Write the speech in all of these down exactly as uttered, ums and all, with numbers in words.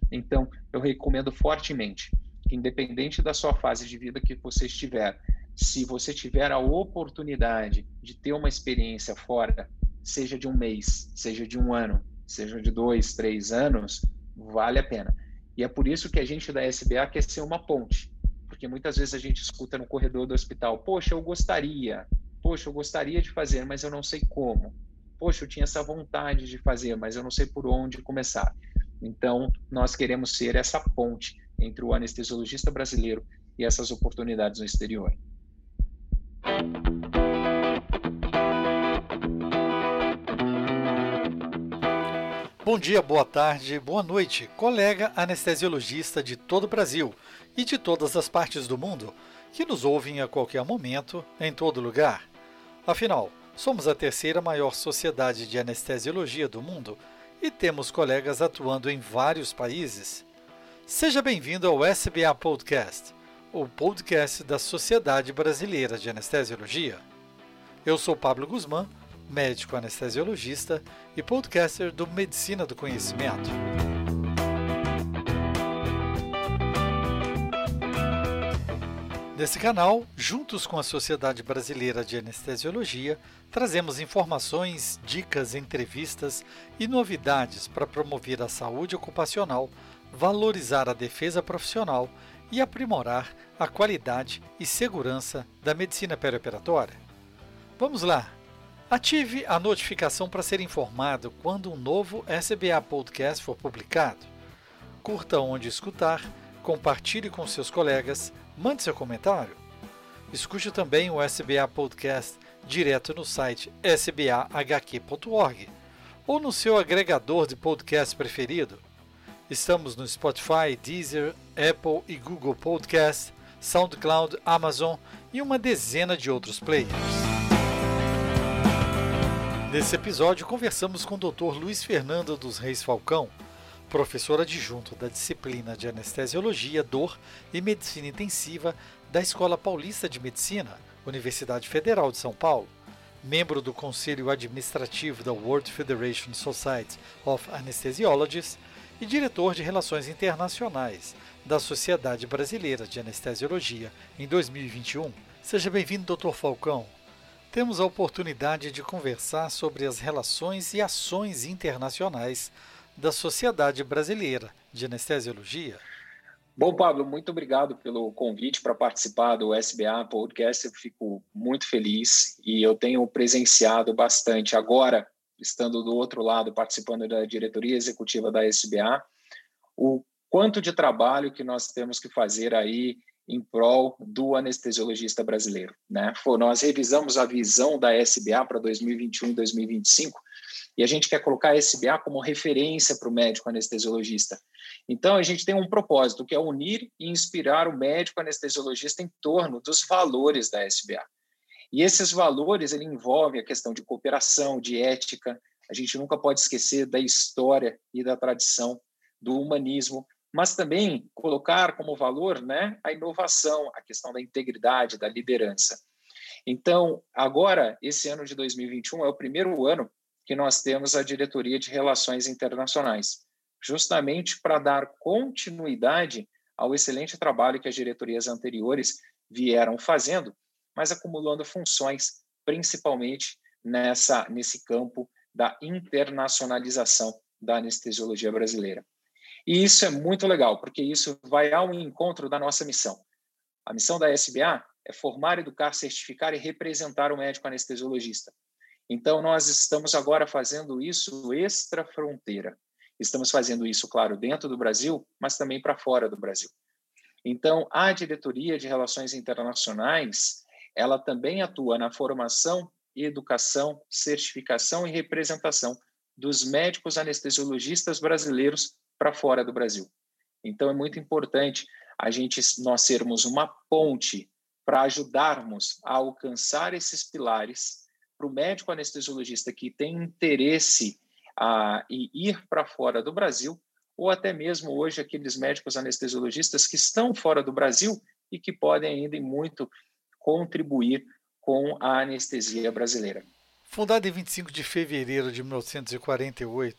Então, eu recomendo fortemente que, independente da sua fase de vida que você estiver, se você tiver a oportunidade de ter uma experiência fora, seja de um mês, seja de um ano, seja de dois, três anos, vale a pena. E é por isso que a gente da S B A quer ser uma ponte, porque muitas vezes a gente escuta no corredor do hospital: poxa, eu gostaria, poxa, eu gostaria de fazer, mas eu não sei como. Poxa, eu tinha essa vontade de fazer, mas eu não sei por onde começar. Então, nós queremos ser essa ponte entre o anestesiologista brasileiro e essas oportunidades no exterior. Bom dia, boa tarde, boa noite, colega anestesiologista de todo o Brasil e de todas as partes do mundo que nos ouvem a qualquer momento, em todo lugar. Afinal, somos a terceira maior sociedade de anestesiologia do mundo e temos colegas atuando em vários países. Seja bem-vindo ao S B A Podcast, o podcast da Sociedade Brasileira de Anestesiologia. Eu sou Pablo Guzmán, médico anestesiologista e podcaster do Medicina do Conhecimento. Nesse canal, juntos com a Sociedade Brasileira de Anestesiologia, trazemos informações, dicas, entrevistas e novidades para promover a saúde ocupacional, valorizar a defesa profissional e aprimorar a qualidade e segurança da medicina perioperatória. Vamos lá! Ative a notificação para ser informado quando um novo S B A Podcast for publicado. Curta onde escutar, compartilhe com seus colegas, mande seu comentário. Escute também o S B A Podcast direto no site s b a h q ponto org ou no seu agregador de podcast preferido. Estamos no Spotify, Deezer, Apple e Google Podcast, SoundCloud, Amazon e uma dezena de outros players. Nesse episódio, conversamos com o doutor Luiz Fernando dos Reis Falcão, professor adjunto da disciplina de Anestesiologia, Dor e Medicina Intensiva da Escola Paulista de Medicina, Universidade Federal de São Paulo, membro do Conselho Administrativo da World Federation Society of Anesthesiologists e diretor de Relações Internacionais da Sociedade Brasileira de Anestesiologia em dois mil e vinte e um. Seja bem-vindo, doutor Falcão. Temos a oportunidade de conversar sobre as relações e ações internacionais da Sociedade Brasileira de Anestesiologia. Bom, Pablo, muito obrigado pelo convite para participar do S B A Podcast. Eu fico muito feliz e eu tenho presenciado bastante agora, estando do outro lado, participando da diretoria executiva da S B A, o quanto de trabalho que nós temos que fazer aí em prol do anestesiologista brasileiro, né? Nós revisamos a visão da S B A para dois mil e vinte e um e dois mil e vinte e cinco e a gente quer colocar a S B A como referência para o médico anestesiologista. Então, a gente tem um propósito, que é unir e inspirar o médico anestesiologista em torno dos valores da S B A. E esses valores, ele envolve a questão de cooperação, de ética. A gente nunca pode esquecer da história e da tradição, do humanismo, mas também colocar como valor, né, a inovação, a questão da integridade, da liderança. Então, agora, esse ano de dois mil e vinte e um é o primeiro ano que nós temos a Diretoria de Relações Internacionais, justamente para dar continuidade ao excelente trabalho que as diretorias anteriores vieram fazendo, mas acumulando funções, principalmente nessa, nesse campo da internacionalização da anestesiologia brasileira. E isso é muito legal, porque isso vai ao encontro da nossa missão. A missão da S B A é formar, educar, certificar e representar o médico anestesiologista. Então, nós estamos agora fazendo isso extra-fronteira. Estamos fazendo isso, claro, dentro do Brasil, mas também para fora do Brasil. Então, a Diretoria de Relações Internacionais, ela também atua na formação, educação, certificação e representação dos médicos anestesiologistas brasileiros para fora do Brasil. Então, é muito importante a gente, nós sermos uma ponte para ajudarmos a alcançar esses pilares para o médico anestesiologista que tem interesse a, em ir para fora do Brasil, ou até mesmo hoje aqueles médicos anestesiologistas que estão fora do Brasil e que podem ainda e muito contribuir com a anestesia brasileira. Fundada em vinte e cinco de fevereiro de mil novecentos e quarenta e oito,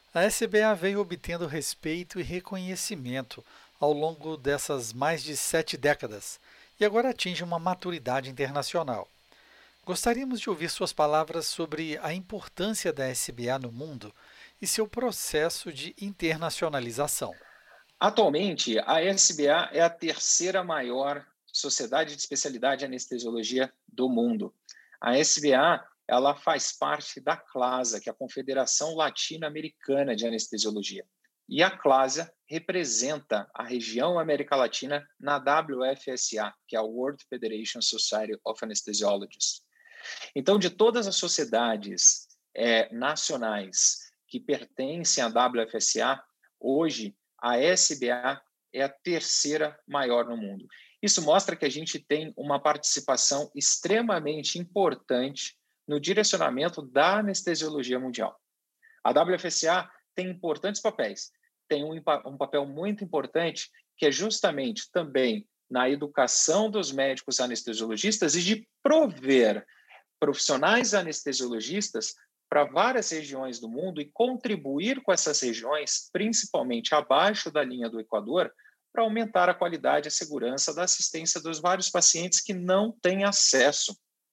A S B A veio obtendo respeito e reconhecimento ao longo dessas mais de sete décadas e agora atinge uma maturidade internacional. Gostaríamos de ouvir suas palavras sobre a importância da S B A no mundo e seu processo de internacionalização. Atualmente, a S B A é a terceira maior sociedade de especialidade em anestesiologia do mundo. A S B A ela faz parte da CLASA, que é a Confederação Latino-Americana de Anestesiologia. E a CLASA representa a região América Latina na W F S A, que é a World Federation Society of Anesthesiologists. Então, de todas as sociedades é, nacionais que pertencem à W F S A, hoje a S B A é a terceira maior no mundo. Isso mostra que a gente tem uma participação extremamente importante no direcionamento da anestesiologia mundial. A W F S A tem importantes papéis. Tem um, um papel muito importante que é justamente também na educação dos médicos anestesiologistas e de prover profissionais anestesiologistas para várias regiões do mundo e contribuir com essas regiões, principalmente abaixo da linha do Equador, para aumentar a qualidade e a segurança da assistência dos vários pacientes que não têm acesso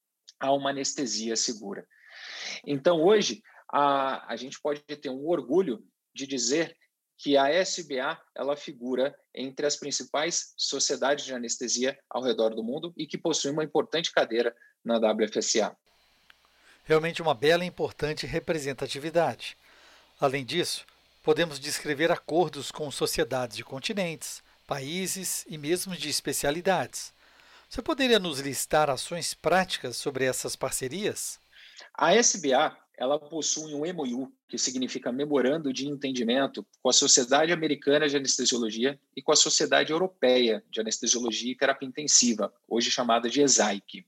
a uma anestesia segura. Então, hoje, a, a gente pode ter um orgulho de dizer que a S B A ela figura entre as principais sociedades de anestesia ao redor do mundo e que possui uma importante cadeira na W F S A. Realmente uma bela e importante representatividade. Além disso, podemos descrever acordos com sociedades de continentes, países e mesmo de especialidades. Você poderia nos listar ações práticas sobre essas parcerias? A S B A ela possui um M O U, que significa Memorando de Entendimento, com a Sociedade Americana de Anestesiologia e com a Sociedade Europeia de Anestesiologia e Terapia Intensiva, hoje chamada de ESAIC.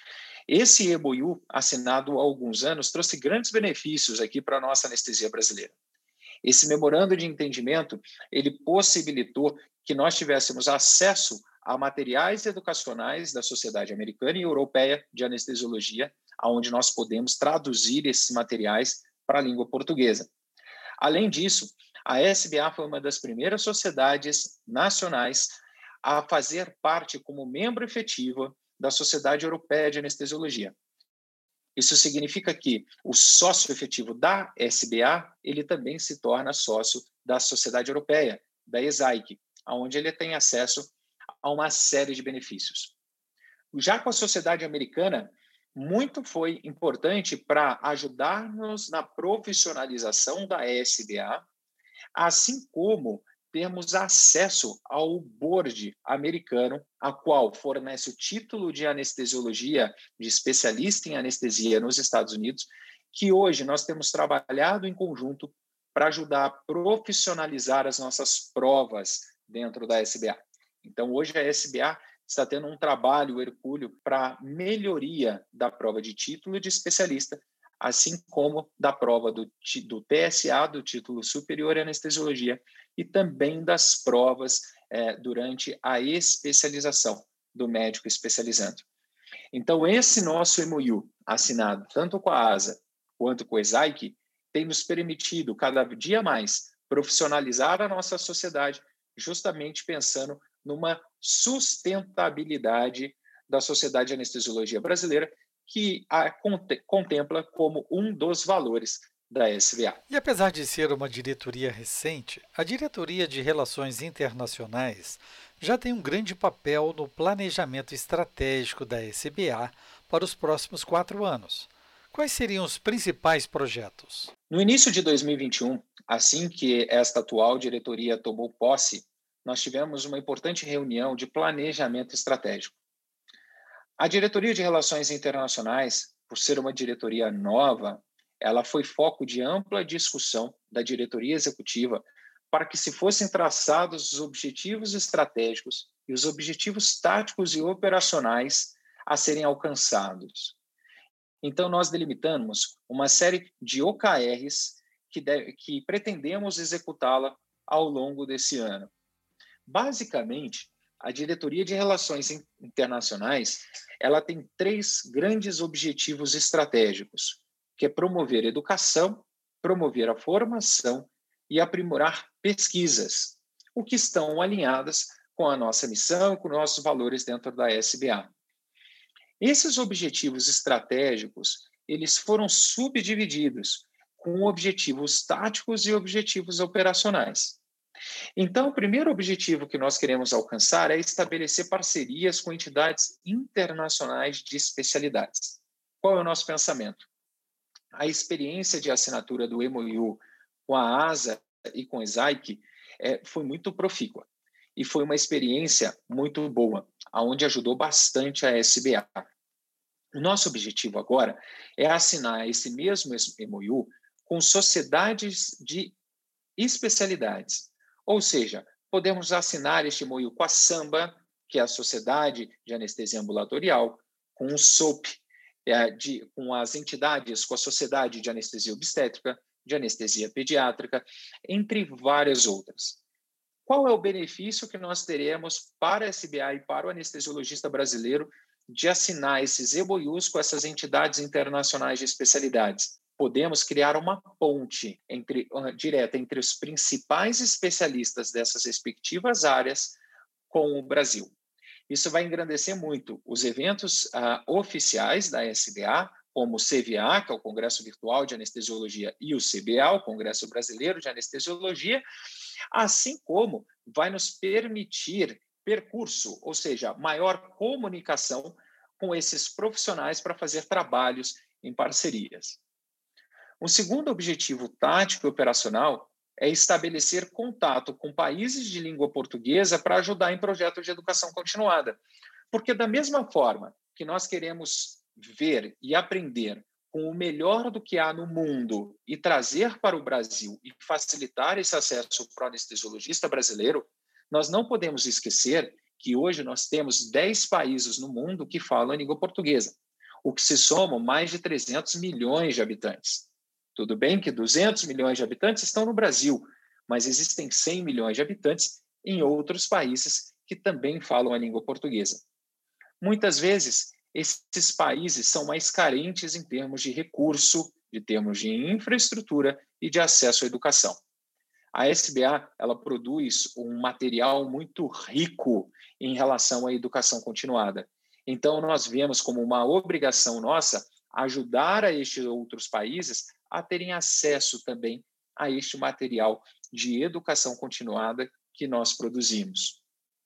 Esse M O U, assinado há alguns anos, trouxe grandes benefícios aqui para a nossa anestesia brasileira. Esse memorando de entendimento, ele possibilitou que nós tivéssemos acesso a materiais educacionais da Sociedade Americana e Europeia de Anestesiologia, onde nós podemos traduzir esses materiais para a língua portuguesa. Além disso, a S B A foi uma das primeiras sociedades nacionais a fazer parte como membro efetivo da Sociedade Europeia de Anestesiologia. Isso significa que o sócio efetivo da S B A, ele também se torna sócio da Sociedade Europeia, da ESAIC, onde ele tem acesso a uma série de benefícios. Já com a Sociedade Americana, muito foi importante para ajudar-nos na profissionalização da S B A, assim como termos acesso ao board americano, a qual fornece o título de anestesiologia, de especialista em anestesia nos Estados Unidos, que hoje nós temos trabalhado em conjunto para ajudar a profissionalizar as nossas provas dentro da S B A. Então, hoje a S B A está tendo um trabalho hercúleo para melhoria da prova de título de especialista, assim como da prova do, do T S A, do título superior em anestesiologia, e também das provas é, durante a especialização do médico especializando. Então, esse nosso M O U, assinado tanto com a ASA quanto com o ESAIC, tem nos permitido cada dia mais profissionalizar a nossa sociedade, justamente pensando numa sustentabilidade da Sociedade de Anestesiologia Brasileira, que a contempla como um dos valores da S B A. E apesar de ser uma diretoria recente, a Diretoria de Relações Internacionais já tem um grande papel no planejamento estratégico da S B A para os próximos quatro anos. Quais seriam os principais projetos? No início de dois mil e vinte e um, assim que esta atual diretoria tomou posse, nós tivemos uma importante reunião de planejamento estratégico. A Diretoria de Relações Internacionais, por ser uma diretoria nova, ela foi foco de ampla discussão da diretoria executiva para que se fossem traçados os objetivos estratégicos e os objetivos táticos e operacionais a serem alcançados. Então, nós delimitamos uma série de O K Rs que, deve, que pretendemos executá-la ao longo desse ano. Basicamente, a Diretoria de Relações Internacionais ela tem três grandes objetivos estratégicos, que é promover a educação, promover a formação e aprimorar pesquisas, o que estão alinhadas com a nossa missão, com nossos valores dentro da S B A. Esses objetivos estratégicos, eles foram subdivididos com objetivos táticos e objetivos operacionais. Então, o primeiro objetivo que nós queremos alcançar é estabelecer parcerias com entidades internacionais de especialidades. Qual é o nosso pensamento? A experiência de assinatura do M O U com a ASA e com a S A I C é, foi muito profícua e foi uma experiência muito boa, onde ajudou bastante a S B A. O nosso objetivo agora é assinar esse mesmo M O U com sociedades de especialidades. Ou seja, podemos assinar este M O U com a SAMBA, que é a Sociedade de Anestesia Ambulatorial, com o S O P, é, de, com as entidades, com a Sociedade de Anestesia Obstétrica, de Anestesia Pediátrica, entre várias outras. Qual é o benefício que nós teremos para a S B A e para o anestesiologista brasileiro de assinar esses M O Us com essas entidades internacionais de especialidades? Podemos criar uma ponte entre, uh, direta entre os principais especialistas dessas respectivas áreas com o Brasil. Isso vai engrandecer muito os eventos uh, oficiais da S B A, como o C V A, que é o Congresso Virtual de Anestesiologia, e o C B A, o Congresso Brasileiro de Anestesiologia, assim como vai nos permitir percurso, ou seja, maior comunicação com esses profissionais para fazer trabalhos em parcerias. Um segundo objetivo tático e operacional é estabelecer contato com países de língua portuguesa para ajudar em projetos de educação continuada. Porque da mesma forma que nós queremos ver e aprender com o melhor do que há no mundo e trazer para o Brasil e facilitar esse acesso para o anestesiologista brasileiro, nós não podemos esquecer que hoje nós temos dez países no mundo que falam a língua portuguesa, o que se somam mais de trezentos milhões de habitantes. Tudo bem que duzentos milhões de habitantes estão no Brasil, mas existem cem milhões de habitantes em outros países que também falam a língua portuguesa. Muitas vezes, esses países são mais carentes em termos de recurso, de termos de infraestrutura e de acesso à educação. A S B A ela produz um material muito rico em relação à educação continuada. Então, nós vemos como uma obrigação nossa ajudar a estes outros países a terem acesso também a este material de educação continuada que nós produzimos.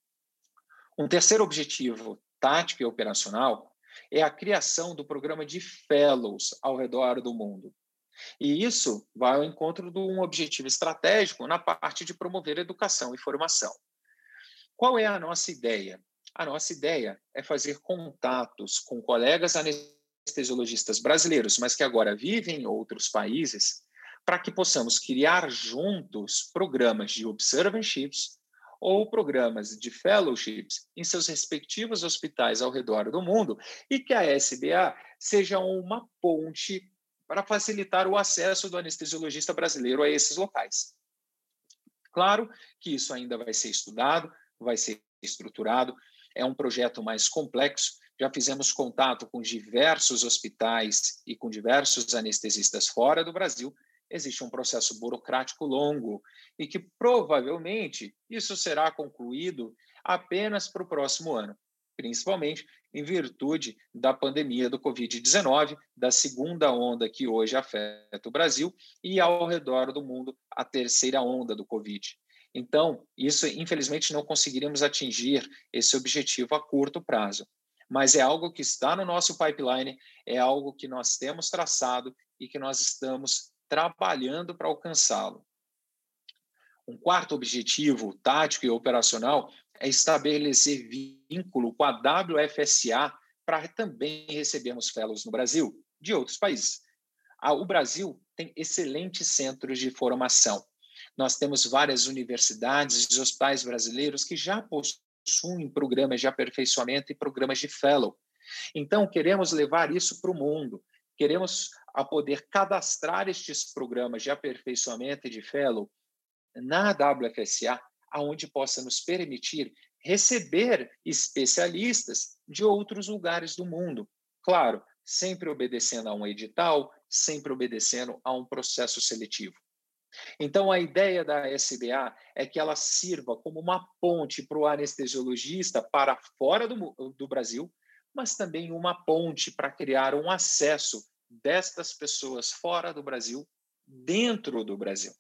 Um terceiro objetivo tático e operacional é a criação do programa de Fellows ao redor do mundo. E isso vai ao encontro de um objetivo estratégico na parte de promover educação e formação. Qual é a nossa ideia? A nossa ideia é fazer contatos com colegas anestesiologistas brasileiros, mas que agora vivem em outros países, para que possamos criar juntos programas de observanships ou programas de fellowships em seus respectivos hospitais ao redor do mundo e que a S B A seja uma ponte para facilitar o acesso do anestesiologista brasileiro a esses locais. Claro que isso ainda vai ser estudado, vai ser estruturado, é um projeto mais complexo. Já fizemos contato com diversos hospitais e com diversos anestesistas fora do Brasil. Existe um processo burocrático longo e que provavelmente isso será concluído apenas para o próximo ano, principalmente em virtude da pandemia do covid dezenove, da segunda onda que hoje afeta o Brasil e ao redor do mundo a terceira onda do Covid. Então, isso, infelizmente, não conseguiremos atingir esse objetivo a curto prazo, mas é algo que está no nosso pipeline, é algo que nós temos traçado e que nós estamos trabalhando para alcançá-lo. Um quarto objetivo tático e operacional é estabelecer vínculo com a W F S A para também recebermos fellows no Brasil, de outros países. O Brasil tem excelentes centros de formação. Nós temos várias universidades e hospitais brasileiros que já possuem programas de aperfeiçoamento e programas de fellow. Então, queremos levar isso para o mundo. Queremos a poder cadastrar estes programas de aperfeiçoamento e de fellow na W F S A, aonde possa nos permitir receber especialistas de outros lugares do mundo. Claro, sempre obedecendo a um edital, sempre obedecendo a um processo seletivo. Então, a ideia da S B A é que ela sirva como uma ponte para o anestesiologista para fora do, do Brasil, mas também uma ponte para criar um acesso destas pessoas fora do Brasil, dentro do Brasil.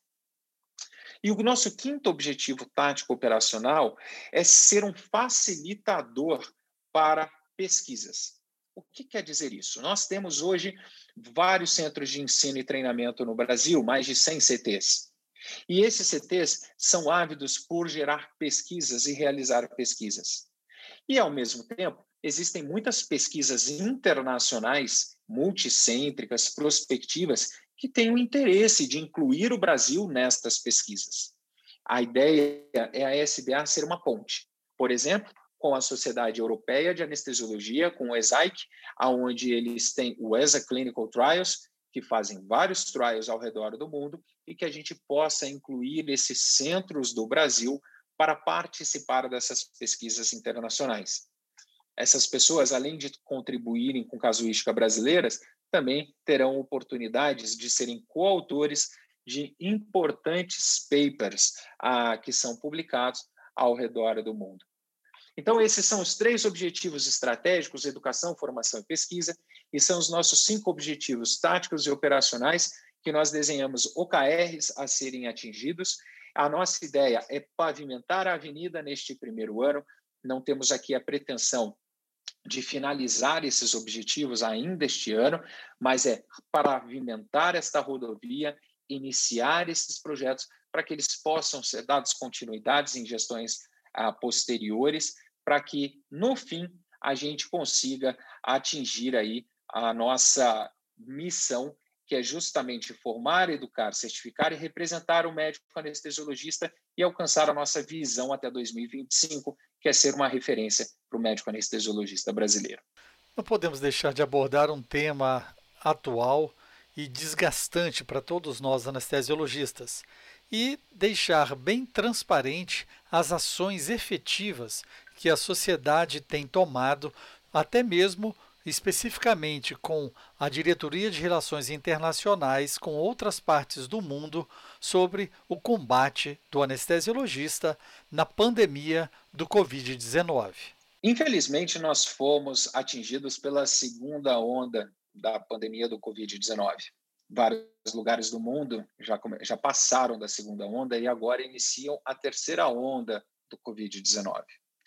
E o nosso quinto objetivo tático operacional é ser um facilitador para pesquisas. O que quer dizer isso? Nós temos hoje vários centros de ensino e treinamento no Brasil, mais de cem C Tês. E esses C Tês são ávidos por gerar pesquisas e realizar pesquisas. E, ao mesmo tempo, existem muitas pesquisas internacionais, multicêntricas, prospectivas, que têm o interesse de incluir o Brasil nestas pesquisas. A ideia é a S B A ser uma ponte. Por exemplo, com a Sociedade Europeia de Anestesiologia, com o E S A I C, onde eles têm o E S A Clinical Trials, que fazem vários trials ao redor do mundo, e que a gente possa incluir esses centros do Brasil para participar dessas pesquisas internacionais. Essas pessoas, além de contribuírem com casuística brasileiras, também terão oportunidades de serem coautores de importantes papers ah, que são publicados ao redor do mundo. Então, esses são os três objetivos estratégicos: educação, formação e pesquisa, e são os nossos cinco objetivos táticos e operacionais que nós desenhamos O K Rs a serem atingidos. A nossa ideia é pavimentar a avenida neste primeiro ano. Não temos aqui a pretensão de finalizar esses objetivos ainda este ano, mas é pavimentar esta rodovia, iniciar esses projetos para que eles possam ser dados continuidades em gestões ah, posteriores, para que, no fim, a gente consiga atingir aí a nossa missão, que é justamente formar, educar, certificar e representar o médico anestesiologista e alcançar a nossa visão até dois mil e vinte e cinco, que é ser uma referência para o médico anestesiologista brasileiro. Não podemos deixar de abordar um tema atual e desgastante para todos nós anestesiologistas e deixar bem transparente as ações efetivas que a sociedade tem tomado, até mesmo especificamente com a Diretoria de Relações Internacionais com outras partes do mundo sobre o combate do anestesiologista na pandemia do covid dezenove. Infelizmente, nós fomos atingidos pela segunda onda da pandemia do covid dezenove. Vários lugares do mundo já, já passaram da segunda onda e agora iniciam a terceira onda do covid dezenove.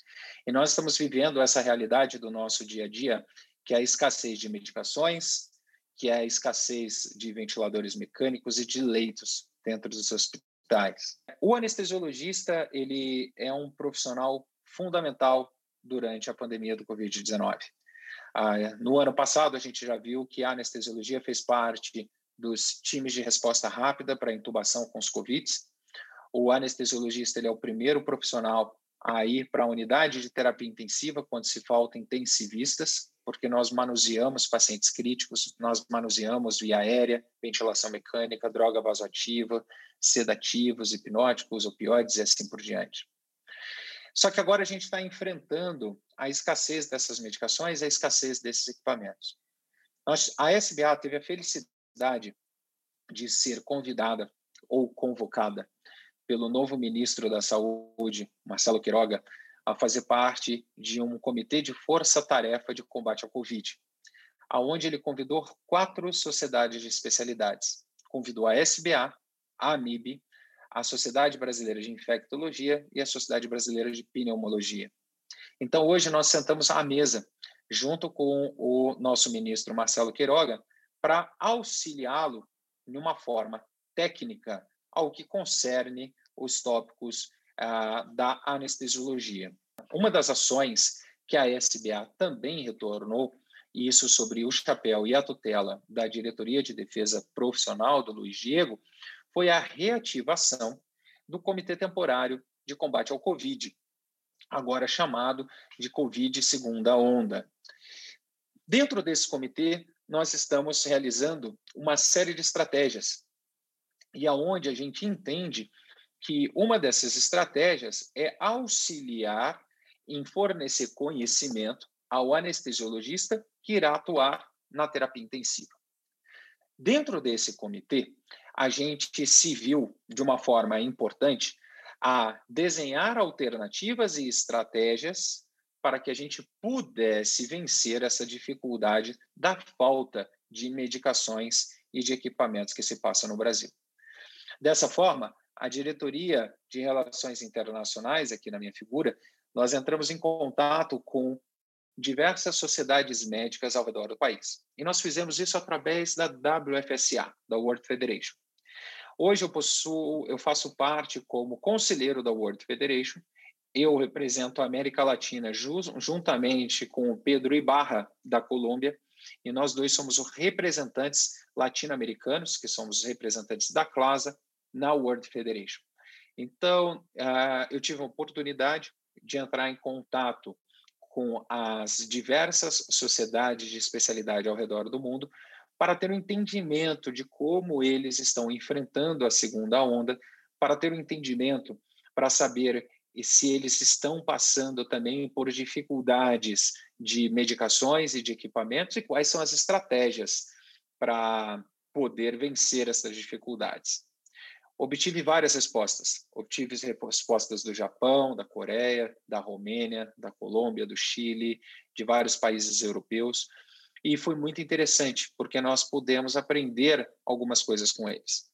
E nós estamos vivendo essa realidade do nosso dia a dia, que é a escassez de medicações, que é a escassez de ventiladores mecânicos e de leitos dentro dos hospitais. O anestesiologista, ele é um profissional fundamental durante a pandemia do covid dezenove. Ah, no ano passado, a gente já viu que a anestesiologia fez parte dos times de resposta rápida para intubação com os covids. O anestesiologista, ele é o primeiro profissional a ir para a unidade de terapia intensiva quando se falta intensivistas, porque nós manuseamos pacientes críticos, nós manuseamos via aérea, ventilação mecânica, droga vasoativa, sedativos, hipnóticos, opioides e assim por diante. Só que agora a gente está enfrentando a escassez dessas medicações, a escassez desses equipamentos. Nós, a S B A teve a felicidade de ser convidada ou convocada pelo novo ministro da Saúde, Marcelo Queiroga, a fazer parte de um comitê de força-tarefa de combate ao Covid, aonde ele convidou quatro sociedades de especialidades. Convidou a S B A, a AMIB, a Sociedade Brasileira de Infectologia e a Sociedade Brasileira de Pneumologia. Então, hoje nós sentamos à mesa, junto com o nosso ministro Marcelo Queiroga, para auxiliá-lo numa forma técnica ao que concerne os tópicos ah, da anestesiologia. Uma das ações que a S B A também retornou, e isso sobre o chapéu e a tutela da Diretoria de Defesa Profissional do Luiz Diego, foi a reativação do Comitê Temporário de Combate ao Covid, agora chamado de Covid Segunda Onda. Dentro desse comitê, nós estamos realizando uma série de estratégias, e aonde a gente entende que uma dessas estratégias é auxiliar em fornecer conhecimento ao anestesiologista que irá atuar na terapia intensiva. Dentro desse comitê, a gente se viu, de uma forma importante, a desenhar alternativas e estratégias para que a gente pudesse vencer essa dificuldade da falta de medicações e de equipamentos que se passa no Brasil. Dessa forma, a Diretoria de Relações Internacionais, aqui na minha figura, nós entramos em contato com diversas sociedades médicas ao redor do país. E nós fizemos isso através da W F S A, da World Federation. Hoje eu, possuo, eu faço parte como conselheiro da World Federation. Eu represento a América Latina juntamente com o Pedro Ibarra, da Colômbia, e nós dois somos os representantes latino-americanos, que somos os representantes da CLASA, na World Federation. Então, eu tive a oportunidade de entrar em contato com as diversas sociedades de especialidade ao redor do mundo para ter um entendimento de como eles estão enfrentando a segunda onda, para ter um entendimento para saber se eles estão passando também por dificuldades de medicações e de equipamentos e quais são as estratégias para poder vencer essas dificuldades. Obtive várias respostas. Obtive respostas do Japão, da Coreia, da Romênia, da Colômbia, do Chile, de vários países europeus. E foi muito interessante, porque nós pudemos aprender algumas coisas com eles.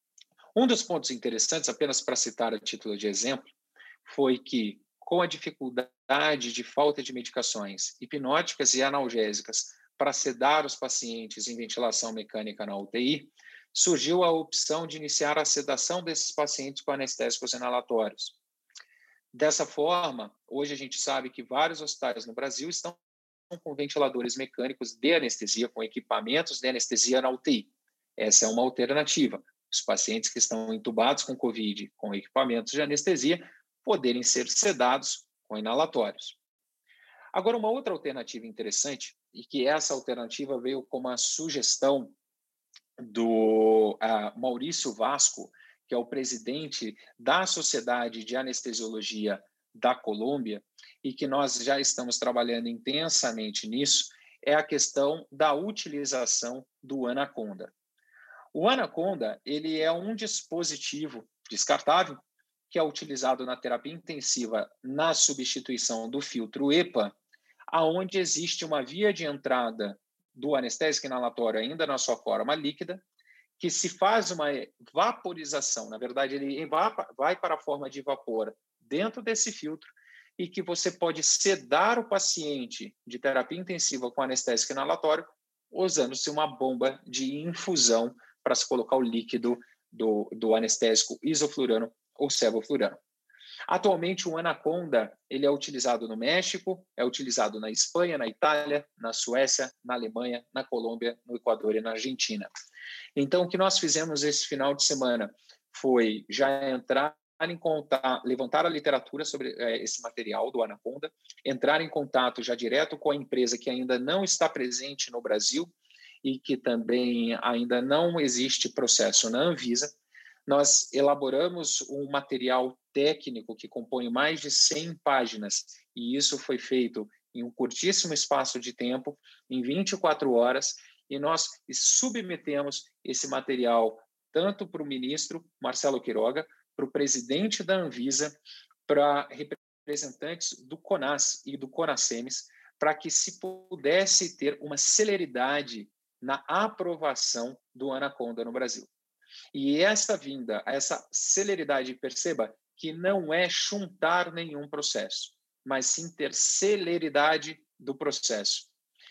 Um dos pontos interessantes, apenas para citar a título de exemplo, foi que, com a dificuldade de falta de medicações hipnóticas e analgésicas para sedar os pacientes em ventilação mecânica na U T I, surgiu a opção de iniciar a sedação desses pacientes com anestésicos inalatórios. Dessa forma, hoje a gente sabe que vários hospitais no Brasil estão com ventiladores mecânicos de anestesia, com equipamentos de anestesia na U T I. Essa é uma alternativa. Os pacientes que estão entubados com Covid, com equipamentos de anestesia, poderem ser sedados com inalatórios. Agora, uma outra alternativa interessante, e que essa alternativa veio como uma sugestão do uh, Maurício Vasco, que é o presidente da Sociedade de Anestesiologia da Colômbia, e que nós já estamos trabalhando intensamente nisso, é a questão da utilização do Anaconda. O Anaconda, ele é um dispositivo descartável que é utilizado na terapia intensiva na substituição do filtro EPA, aonde existe uma via de entrada do anestésico inalatório ainda na sua forma líquida, que se faz uma vaporização, na verdade ele vai para a forma de vapor dentro desse filtro e que você pode sedar o paciente de terapia intensiva com anestésico inalatório usando-se uma bomba de infusão para se colocar o líquido do, do anestésico isoflurano ou sevoflurano. Atualmente, o Anaconda ele é utilizado no México, é utilizado na Espanha, na Itália, na Suécia, na Alemanha, na Colômbia, no Equador e na Argentina. Então, o que nós fizemos esse final de semana foi já entrar em contato, levantar a literatura sobre é, esse material do Anaconda, entrar em contato já direto com a empresa que ainda não está presente no Brasil e que também ainda não existe processo na Anvisa. Nós elaboramos um material técnico que compõe mais de cem páginas, e isso foi feito em um curtíssimo espaço de tempo, em vinte e quatro horas, e nós submetemos esse material tanto para o ministro Marcelo Quiroga, para o presidente da Anvisa, para representantes do CONAS e do CONASEMES, para que se pudesse ter uma celeridade na aprovação do Anaconda no Brasil. E essa vinda, essa celeridade, perceba que não é chuntar nenhum processo, mas sim ter celeridade do processo.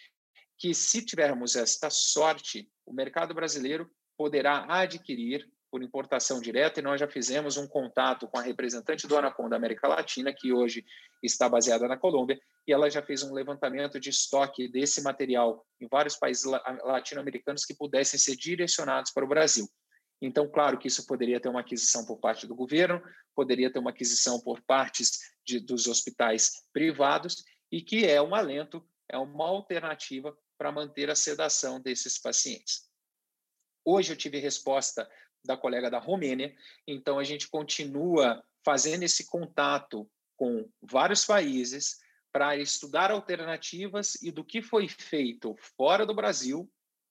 Que se tivermos esta sorte, o mercado brasileiro poderá adquirir por importação direta, e nós já fizemos um contato com a representante do Anaconda da América Latina, que hoje está baseada na Colômbia, e ela já fez um levantamento de estoque desse material em vários países latino-americanos que pudessem ser direcionados para o Brasil. Então, claro que isso poderia ter uma aquisição por parte do governo, poderia ter uma aquisição por partes de, dos hospitais privados, e que é um alento, é uma alternativa para manter a sedação desses pacientes. Hoje eu tive resposta da colega da Romênia, então a gente continua fazendo esse contato com vários países para estudar alternativas e do que foi feito fora do Brasil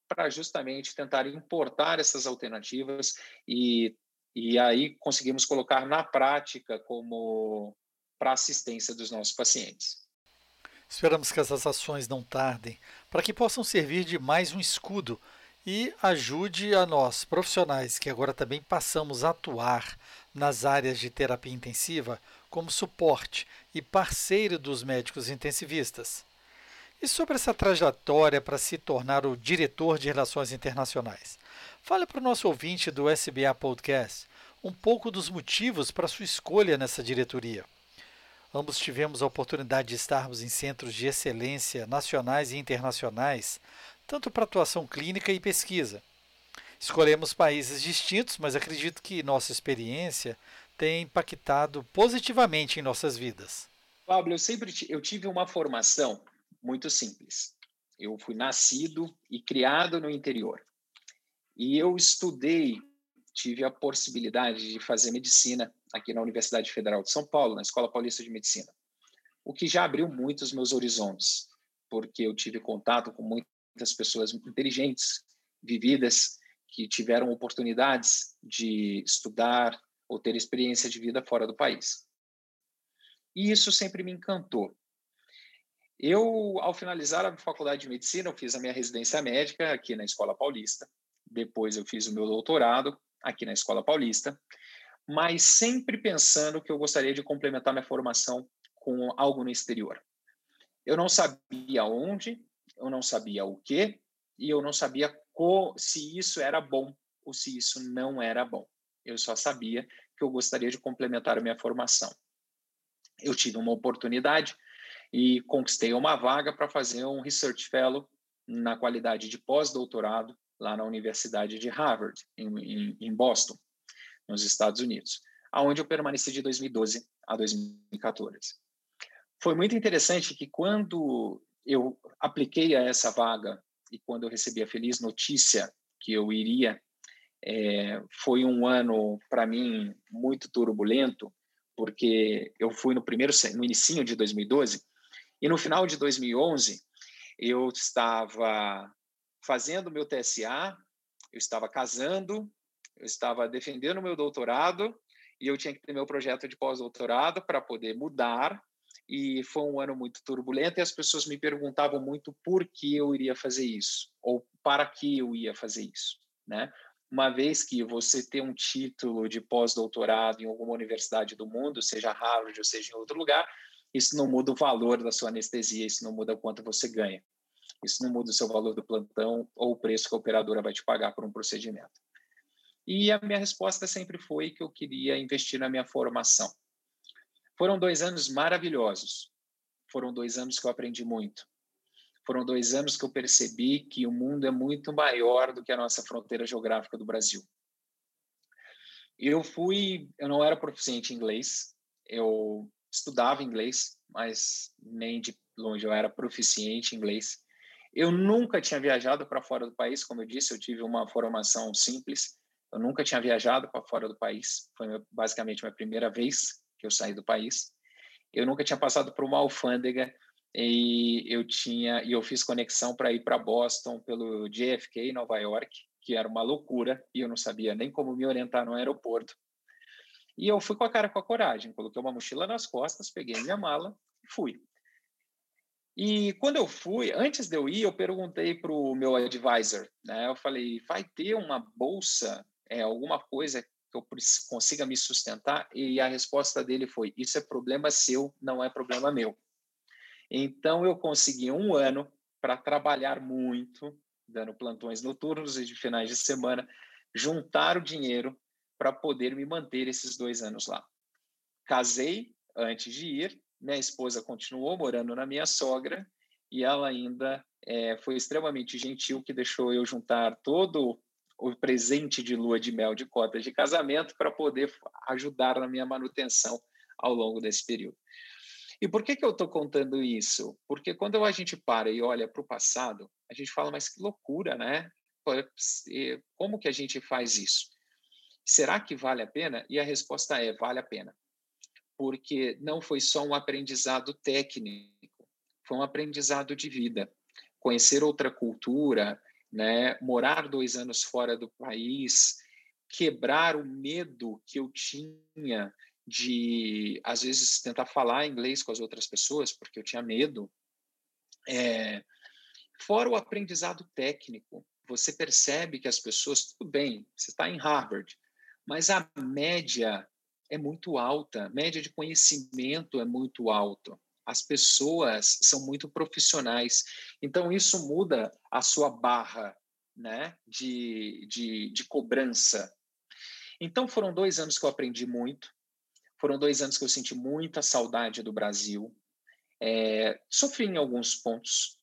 para justamente tentar importar essas alternativas e, e aí conseguimos colocar na prática como para assistência dos nossos pacientes. Esperamos que essas ações não tardem, para que possam servir de mais um escudo e ajude a nós, profissionais, que agora também passamos a atuar nas áreas de terapia intensiva, como suporte e parceiro dos médicos intensivistas. E sobre essa trajetória para se tornar o diretor de Relações Internacionais? Fale para o nosso ouvinte do S B A Podcast um pouco dos motivos para sua escolha nessa diretoria. Ambos tivemos a oportunidade de estarmos em centros de excelência nacionais e internacionais, tanto para atuação clínica e pesquisa. Escolhemos países distintos, mas acredito que nossa experiência tem impactado positivamente em nossas vidas. Pablo, eu sempre eu tive uma formação muito simples. Eu fui nascido e criado no interior. E eu estudei, tive a possibilidade de fazer medicina aqui na Universidade Federal de São Paulo, na Escola Paulista de Medicina, o que já abriu muito os meus horizontes, porque eu tive contato com muitas pessoas inteligentes, vividas, que tiveram oportunidades de estudar ou ter experiência de vida fora do país. E isso sempre me encantou. Eu, ao finalizar a faculdade de medicina, eu fiz a minha residência médica aqui na Escola Paulista. Depois eu fiz o meu doutorado aqui na Escola Paulista, mas sempre pensando que eu gostaria de complementar minha formação com algo no exterior. Eu não sabia onde, eu não sabia o quê, e eu não sabia se isso era bom ou se isso não era bom. Eu só sabia que eu gostaria de complementar a minha formação. Eu tive uma oportunidade e conquistei uma vaga para fazer um Research Fellow na qualidade de pós-doutorado lá na Universidade de Harvard, em, em, em Boston, nos Estados Unidos, onde eu permaneci de dois mil e doze a dois mil e quatorze. Foi muito interessante que quando eu apliquei a essa vaga e quando eu recebi a feliz notícia que eu iria, é, foi um ano, para mim, muito turbulento, porque eu fui no primeiro, no inicinho de dois mil e doze, e no final de dois mil e onze, eu estava fazendo meu T S A, eu estava casando, eu estava defendendo o meu doutorado e eu tinha que ter meu projeto de pós-doutorado para poder mudar. E foi um ano muito turbulento e as pessoas me perguntavam muito por que eu iria fazer isso ou para que eu ia fazer isso, né? Uma vez que você tem um título de pós-doutorado em alguma universidade do mundo, seja Harvard ou seja em outro lugar, isso não muda o valor da sua anestesia, isso não muda o quanto você ganha. Isso não muda o seu valor do plantão ou o preço que a operadora vai te pagar por um procedimento. E a minha resposta sempre foi que eu queria investir na minha formação. Foram dois anos maravilhosos. Foram dois anos que eu aprendi muito. Foram dois anos que eu percebi que o mundo é muito maior do que a nossa fronteira geográfica do Brasil. Eu fui, eu não era proficiente em inglês, eu estudava inglês, mas nem de longe eu era proficiente em inglês. Eu nunca tinha viajado para fora do país, como eu disse, eu tive uma formação simples. Eu nunca tinha viajado para fora do país. Foi basicamente a minha primeira vez que eu saí do país. Eu nunca tinha passado por uma alfândega e eu tinha e eu fiz conexão para ir para Boston pelo J F K, Nova York, que era uma loucura e eu não sabia nem como me orientar no aeroporto. E eu fui com a cara com a coragem, coloquei uma mochila nas costas, peguei minha mala e fui. E quando eu fui, antes de eu ir, eu perguntei para o meu advisor, né? Eu falei, vai ter uma bolsa, é, alguma coisa que eu consiga me sustentar? E a resposta dele foi, isso é problema seu, não é problema meu. Então, eu consegui um ano para trabalhar muito, dando plantões noturnos e de finais de semana, juntar o dinheiro para poder me manter esses dois anos lá. Casei antes de ir, minha esposa continuou morando na minha sogra e ela ainda é, foi extremamente gentil, que deixou eu juntar todo o presente de lua de mel de cota de casamento para poder ajudar na minha manutenção ao longo desse período. E por que, que eu estou contando isso? Porque quando a gente para e olha para o passado, a gente fala, mas que loucura, né? Como que a gente faz isso? Será que vale a pena? E a resposta é, vale a pena. Porque não foi só um aprendizado técnico, foi um aprendizado de vida. Conhecer outra cultura, né? Morar dois anos fora do país, quebrar o medo que eu tinha de, às vezes, tentar falar inglês com as outras pessoas, porque eu tinha medo. É, fora o aprendizado técnico, você percebe que as pessoas, tudo bem, você está em Harvard, mas a média é muito alta, a média de conhecimento é muito alta. As pessoas são muito profissionais. Então, isso muda a sua barra, né, de, de, de cobrança. Então, foram dois anos que eu aprendi muito, foram dois anos que eu senti muita saudade do Brasil, é, sofri em alguns pontos,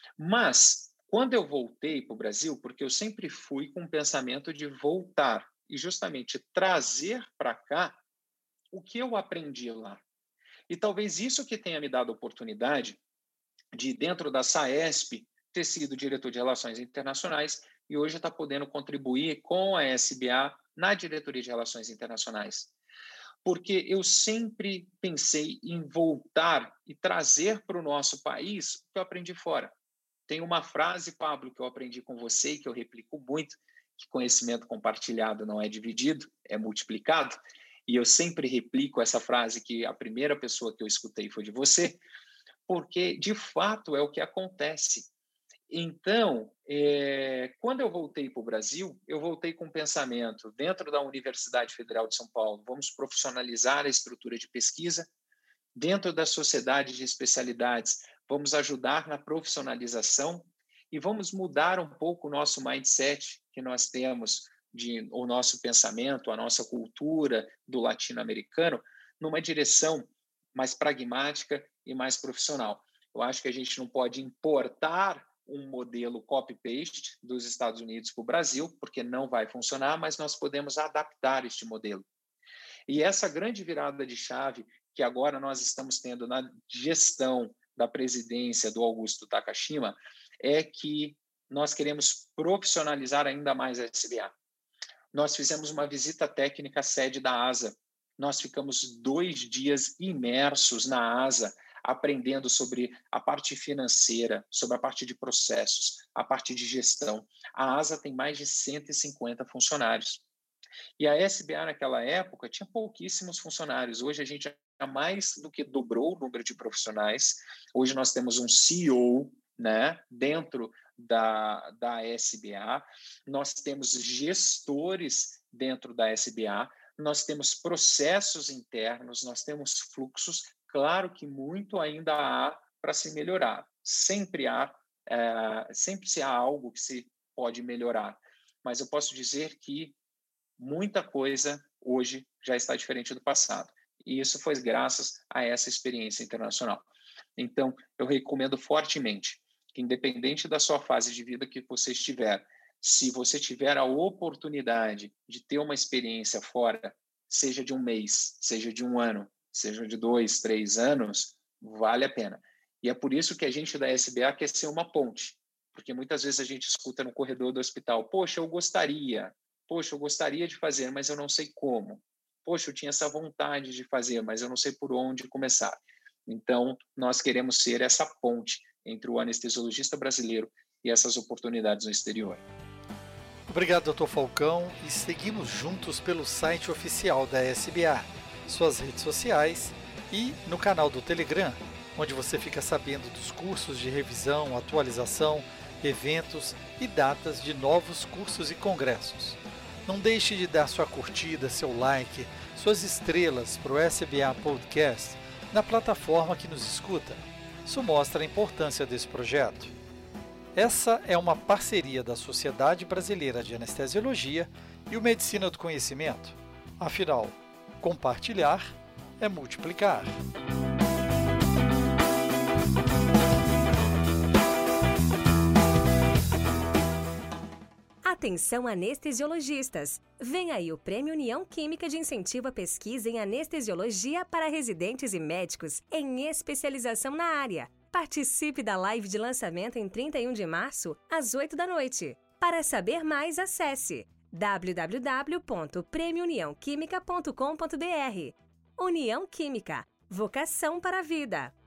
mas quando eu voltei para o Brasil, porque eu sempre fui com o pensamento de voltar e justamente trazer para cá o que eu aprendi lá. E talvez isso que tenha me dado a oportunidade de, dentro da SAESP, ter sido diretor de Relações Internacionais e hoje estar podendo contribuir com a S B A na diretoria de Relações Internacionais. Porque eu sempre pensei em voltar e trazer para o nosso país o que eu aprendi fora. Tem uma frase, Pablo, que eu aprendi com você e que eu replico muito, que conhecimento compartilhado não é dividido, é multiplicado. E eu sempre replico essa frase que a primeira pessoa que eu escutei foi de você, porque, de fato, é o que acontece. Então, é, quando eu voltei para o Brasil, eu voltei com um pensamento dentro da Universidade Federal de São Paulo, vamos profissionalizar a estrutura de pesquisa, dentro da sociedade de especialidades, vamos ajudar na profissionalização e vamos mudar um pouco o nosso mindset que nós temos, de, o nosso pensamento, a nossa cultura do latino-americano, numa direção mais pragmática e mais profissional. Eu acho que a gente não pode importar um modelo copy-paste dos Estados Unidos para o Brasil, porque não vai funcionar, mas nós podemos adaptar este modelo. E essa grande virada de chave que agora nós estamos tendo na gestão da presidência do Augusto Takashima é que nós queremos profissionalizar ainda mais a S B A. Nós fizemos uma visita técnica à sede da ASA. Nós ficamos dois dias imersos na ASA, aprendendo sobre a parte financeira, sobre a parte de processos, a parte de gestão. A ASA tem mais de cento e cinquenta funcionários. E a S B A, naquela época, tinha pouquíssimos funcionários. Hoje, a gente já mais do que dobrou o número de profissionais. Hoje, nós temos um C E O, né, dentro da, da S B A. Nós temos gestores dentro da S B A. Nós temos processos internos, nós temos fluxos. Claro que muito ainda há para se melhorar. Sempre há, é, sempre se há algo que se pode melhorar. Mas eu posso dizer que muita coisa hoje já está diferente do passado. E isso foi graças a essa experiência internacional. Então, eu recomendo fortemente que, independente da sua fase de vida que você estiver, se você tiver a oportunidade de ter uma experiência fora, seja de um mês, seja de um ano, seja de dois, três anos, vale a pena. E é por isso que a gente da S B A quer ser uma ponte, porque muitas vezes a gente escuta no corredor do hospital, poxa, eu gostaria, poxa, eu gostaria de fazer, mas eu não sei como. Poxa, eu tinha essa vontade de fazer, mas eu não sei por onde começar. Então, nós queremos ser essa ponte entre o anestesiologista brasileiro e essas oportunidades no exterior. Obrigado, doutor Falcão, e seguimos juntos pelo site oficial da S B A, suas redes sociais e no canal do Telegram, onde você fica sabendo dos cursos de revisão, atualização, eventos e datas de novos cursos e congressos. Não deixe de dar sua curtida, seu like, suas estrelas para o S B A Podcast na plataforma que nos escuta. Isso mostra a importância desse projeto. Essa é uma parceria da Sociedade Brasileira de Anestesiologia e o Medicina do Conhecimento. Afinal, compartilhar é multiplicar. Atenção anestesiologistas! Vem aí o Prêmio União Química de Incentivo à Pesquisa em Anestesiologia para residentes e médicos em especialização na área. Participe da live de lançamento em trinta e um de março, às oito da noite. Para saber mais, acesse w w w ponto prêmio união química ponto com ponto b r. União Química, vocação para a vida.